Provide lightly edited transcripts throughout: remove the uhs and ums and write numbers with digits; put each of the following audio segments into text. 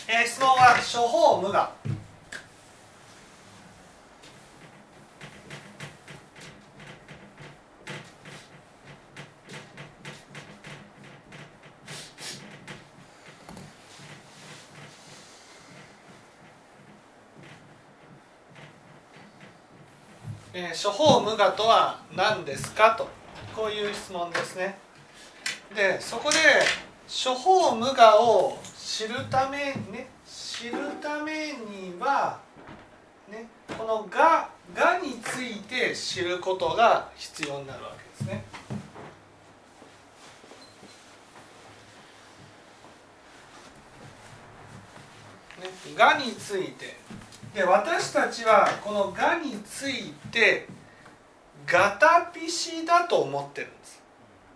質問は諸法無我。諸法無我とは何ですかと、こういう質問ですね。でそこで諸法無我を知るためには、ね、この我について知ることが必要になるわけですね。我についてで、私たちはこの我についてガタピシだと思ってるんです。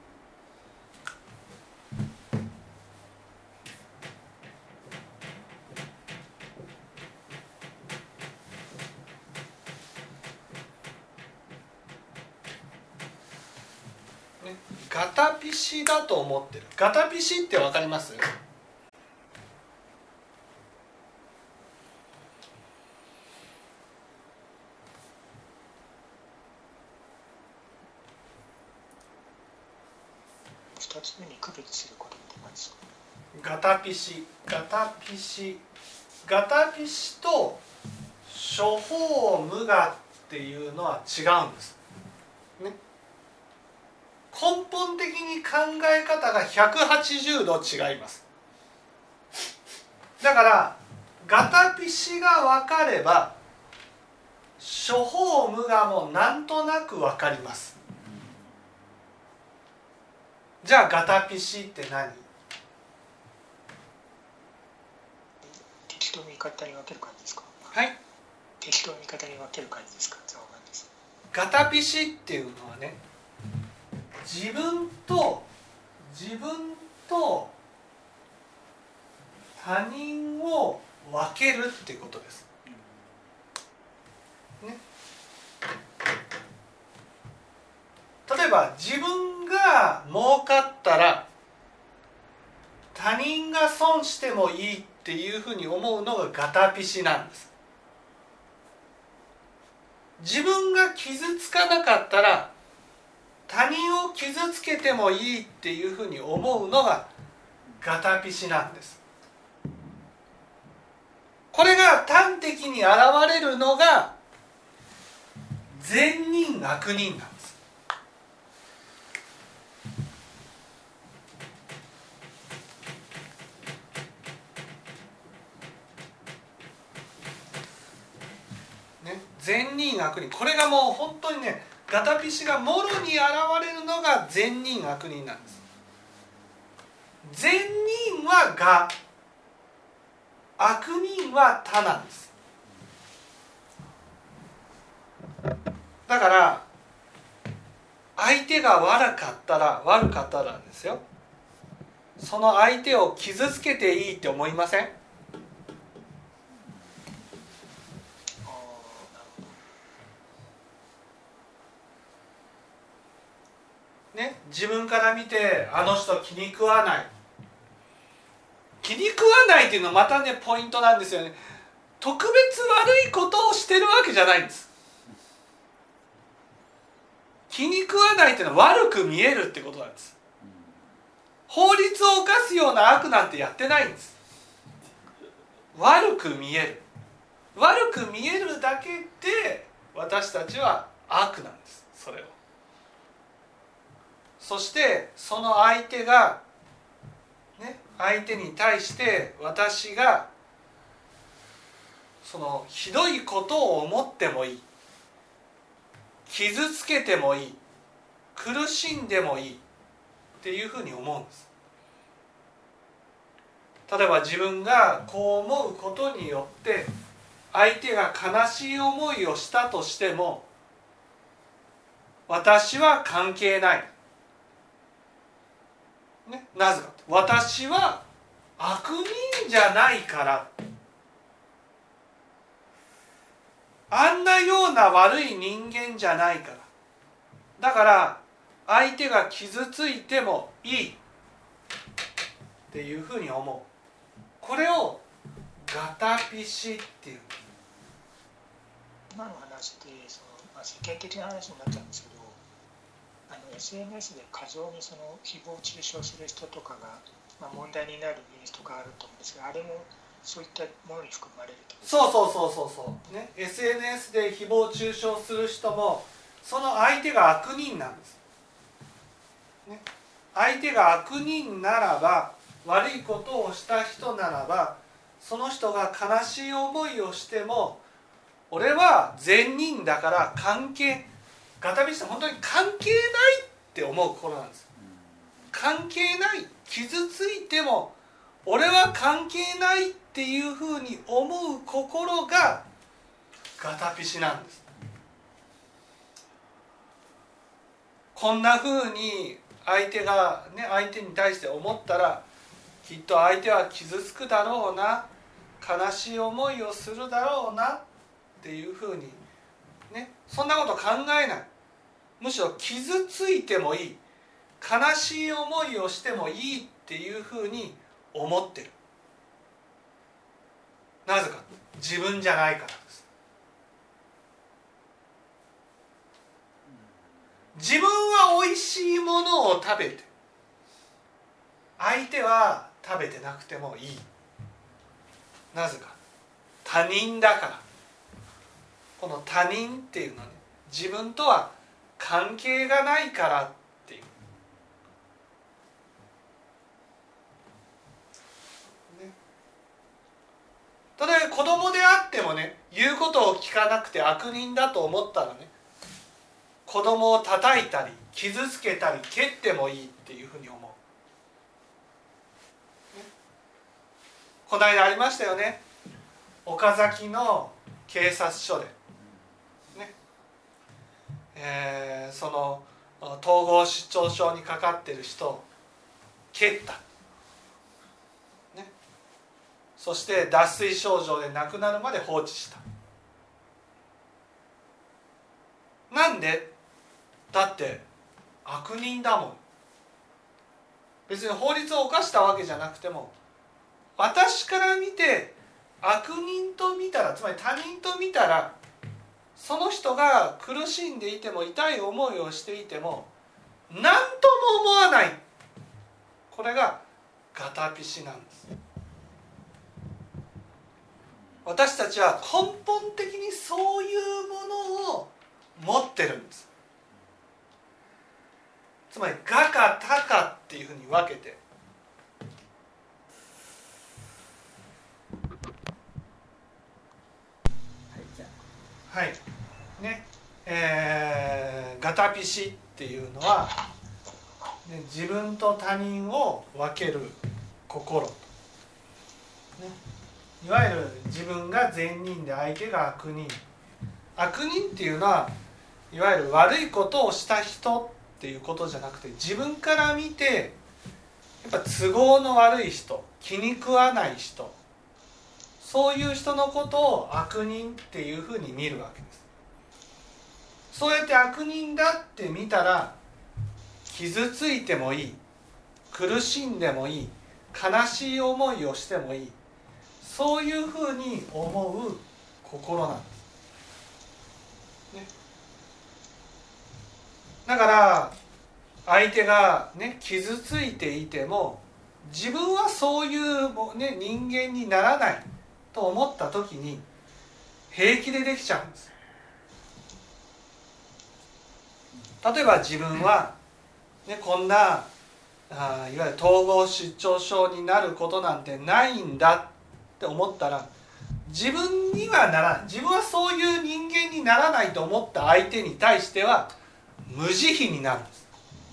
ガタピシだと思ってる。ガタピシって分かります？ 2つ目に区別することって何ですか？ ガタピシと諸法無我っていうのは違うんです、ね、根本的に考え方が180度違います。だからガタピシが分かれば諸法無我もなんとなく分かります。じゃあガタピシって何？ 敵と味方に分ける感じですか？ はい。 敵と味方に分ける感じですか？ ガタピシっていうのはね、自分と他人を分けるっていうことです、ね、例えば自分が儲かったら他人が損してもいいっていうふうに思うのがガタピシなんです。自分が傷つかなかったら他人を傷つけてもいいっていうふうに思うのがガタピシなんです。これが端的に現れるのが善人悪人なんです。ね、善人悪人、これがもう本当にね、ガタピシがもろに現れるのが善人悪人なんです。善人は我、悪人は他なんです。だから相手が悪かったらですよ、その相手を傷つけていいって思いません？ね、自分から見てあの人気に食わないっていうのはまたねポイントなんですよね。特別悪いことをしてるわけじゃないんです。気に食わないっていうのは悪く見えるってことなんです。法律を犯すような悪なんてやってないんです。悪く見えるだけで私たちは悪なんです。それをそしてその相手がね、相手に対して私がそのひどいことを思ってもいい、傷つけてもいい、苦しんでもいいっていうふうに思うんです。例えば自分がこう思うことによって相手が悲しい思いをしたとしても私は関係ない、ね、なぜかと、私は悪人じゃないから、あんなような悪い人間じゃないから、だから相手が傷ついてもいいっていうふうに思う。これをガタピシっていう。 今の話って世間的な話になっちゃうんですけど、SNS で過剰に誹謗中傷する人とかが、問題になるニュースとかあると思うんですが、あれもそういったものに含まれると。 そうね、SNS で誹謗中傷する人もその相手が悪人なんです、ね、相手が悪人ならば、悪いことをした人ならば、その人が悲しい思いをしても、俺は善人だからガタピシって本当に関係ないって思う心なんです。関係ない、傷ついても俺は関係ないっていうふうに思う心がガタピシなんです。こんなふうに相手に対して思ったら、きっと相手は傷つくだろうな、悲しい思いをするだろうなっていうふうにね、そんなこと考えない。むしろ傷ついてもいい、悲しい思いをしてもいいっていうふうに思ってる。なぜか、自分じゃないからです。自分は美味しいものを食べて、相手は食べてなくてもいい。なぜか、他人だから。この他人っていうのはね、自分とは関係がないからっていう、ね、例えば子供であってもね、言うことを聞かなくて悪人だと思ったらね、子供を叩いたり傷つけたり蹴ってもいいっていうふうに思う、ね、この間ありましたよね、岡崎の警察署でその統合失調症にかかっている人を蹴った、ね、そして脱水症状で亡くなるまで放置した。なんで？だって悪人だもん。別に法律を犯したわけじゃなくても、私から見て悪人と見たら、つまり他人と見たら、その人が苦しんでいても痛い思いをしていても何とも思わない。これがガタピシなんです。私たちは根本的にそういうものを持ってるんです。つまり我か他かっていうふうに分けて、はいね、ガタピシっていうのは、ね、自分と他人を分ける心、ね、いわゆる自分が善人で相手が悪人。悪人っていうのはいわゆる悪いことをした人っていうことじゃなくて、自分から見てやっぱ都合の悪い人、気に食わない人、そういう人のことを悪人っていうふうに見るわけです。そうやって悪人だって見たら、傷ついてもいい、苦しんでもいい、悲しい思いをしてもいい、そういうふうに思う心なんです、ね、だから相手が、ね、傷ついていても、自分はそういう、ね、人間にならないと思った時に平気でできちゃうんです。例えば自分は、ね、こんないわゆる統合失調症になることなんてないんだって思ったら、自分にはならない、自分はそういう人間にならないと思った相手に対しては無慈悲になるんです。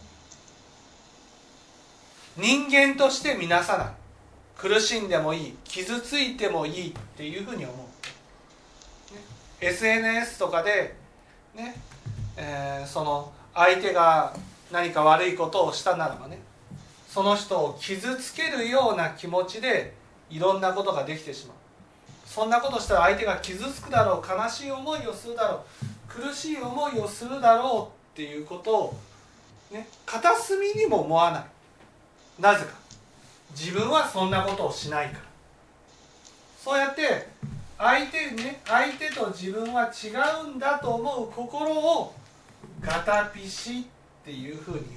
人間として見なさない、苦しんでもいい、傷ついてもいいっていうふうに思う、ね、SNS とかで、ねその相手が何か悪いことをしたならばね、その人を傷つけるような気持ちでいろんなことができてしまう。そんなことしたら相手が傷つくだろう、悲しい思いをするだろう、苦しい思いをするだろうっていうことを、ね、片隅にも思わない。なぜか、自分はそんなことをしないから。 そうやって相手と自分は違うんだと思う心をガタピシっていうふうに言うん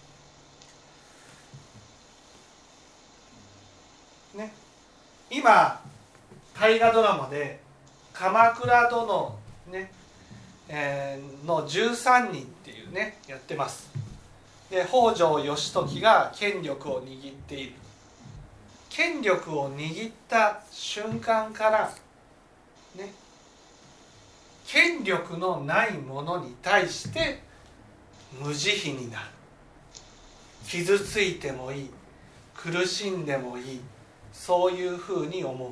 ですね。今大河ドラマで鎌倉殿ね、の13人っていうねやってます。で北条義時が権力を握っている。権力を握った瞬間からね、権力のないものに対して無慈悲になる。傷ついてもいい、苦しんでもいい、そういうふうに思う。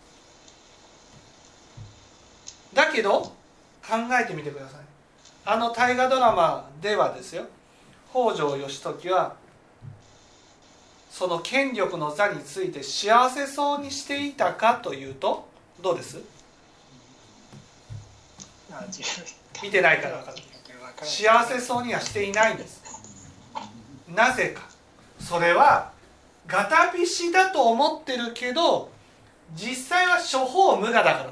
だけど考えてみてください。あの大河ドラマではですよ、北条義時はその権力の座について幸せそうにしていたかというとどうです？見てないから分かる。幸せそうにはしていないんです。なぜか。それはガタピシだと思ってるけど実際は諸法無我だからなんです。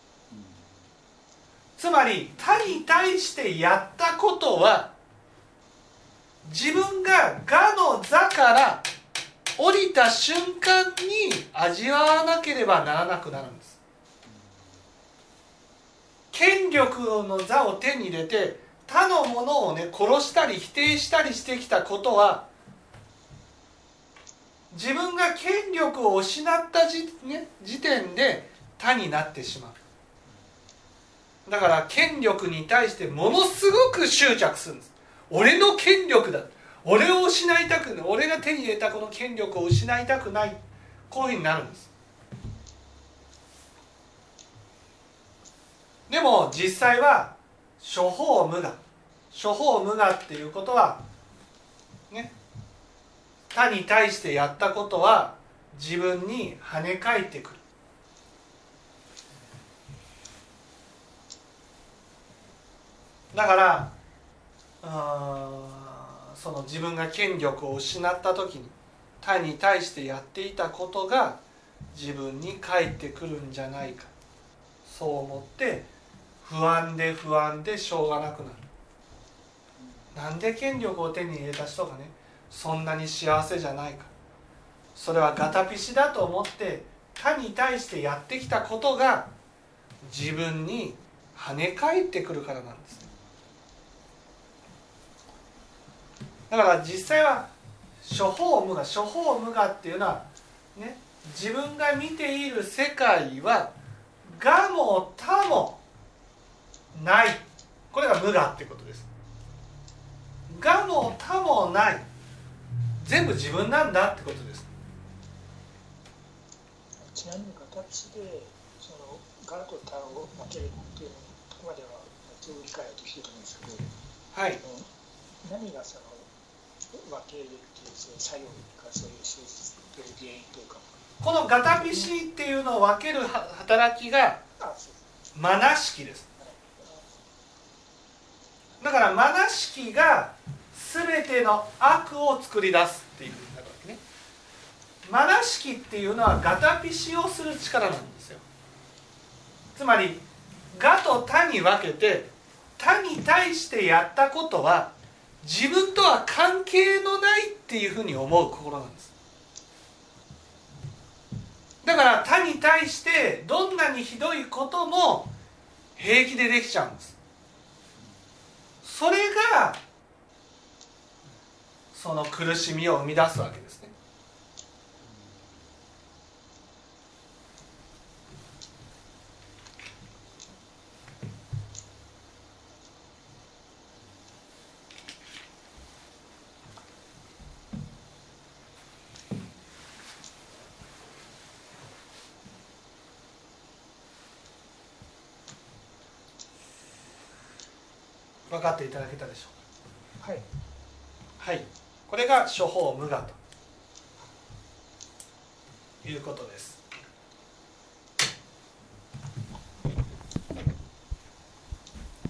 つまり他に対してやったことは自分が我の座から降りた瞬間に味わわなければならなくなるんです。権力の座を手に入れて他のものをね殺したり否定したりしてきたことは自分が権力を失った時点で他になってしまう。だから権力に対してものすごく執着するんです。俺の権力だ、俺を失いたくない、俺が手に入れたこの権力を失いたくない、こういうふうになるんです。でも実際は諸法無我、諸法無我っていうことはね、他に対してやったことは自分に跳ね返ってくる。だからその自分が権力を失った時に他に対してやっていたことが自分に返ってくるんじゃないか、そう思って不安でしょうがなくなる。なんで権力を手に入れた人がねそんなに幸せじゃないか。それはガタピシだと思って他に対してやってきたことが自分に跳ね返ってくるからなんですね。だから実際は諸法無我、諸法無我っていうのはね、自分が見ている世界は我も他もない、これが無我ってことです。我も他もない、全部自分なんだってことです。 ちなみにガタピシでその我と他を分けるっていうのここまでは理解できると思うんですけど、 はい、 何がその分けるっていう作用か、そういう性質という原因というか、 このガタピシっていうのを分ける働きがマナ式です。だからマナ式が全ての悪を作り出すっていうふうになるわけね。マナ式っていうのはガタピシをする力なんですよ。つまり我と他に分けて他に対してやったことは自分とは関係のないっていうふうに思う心なんです。だから他に対してどんなにひどいことも平気でできちゃうんです。それがその苦しみを生み出すわけですね。分かっていただけたでしょうか。 はい、 はい、これが諸法無我ということです。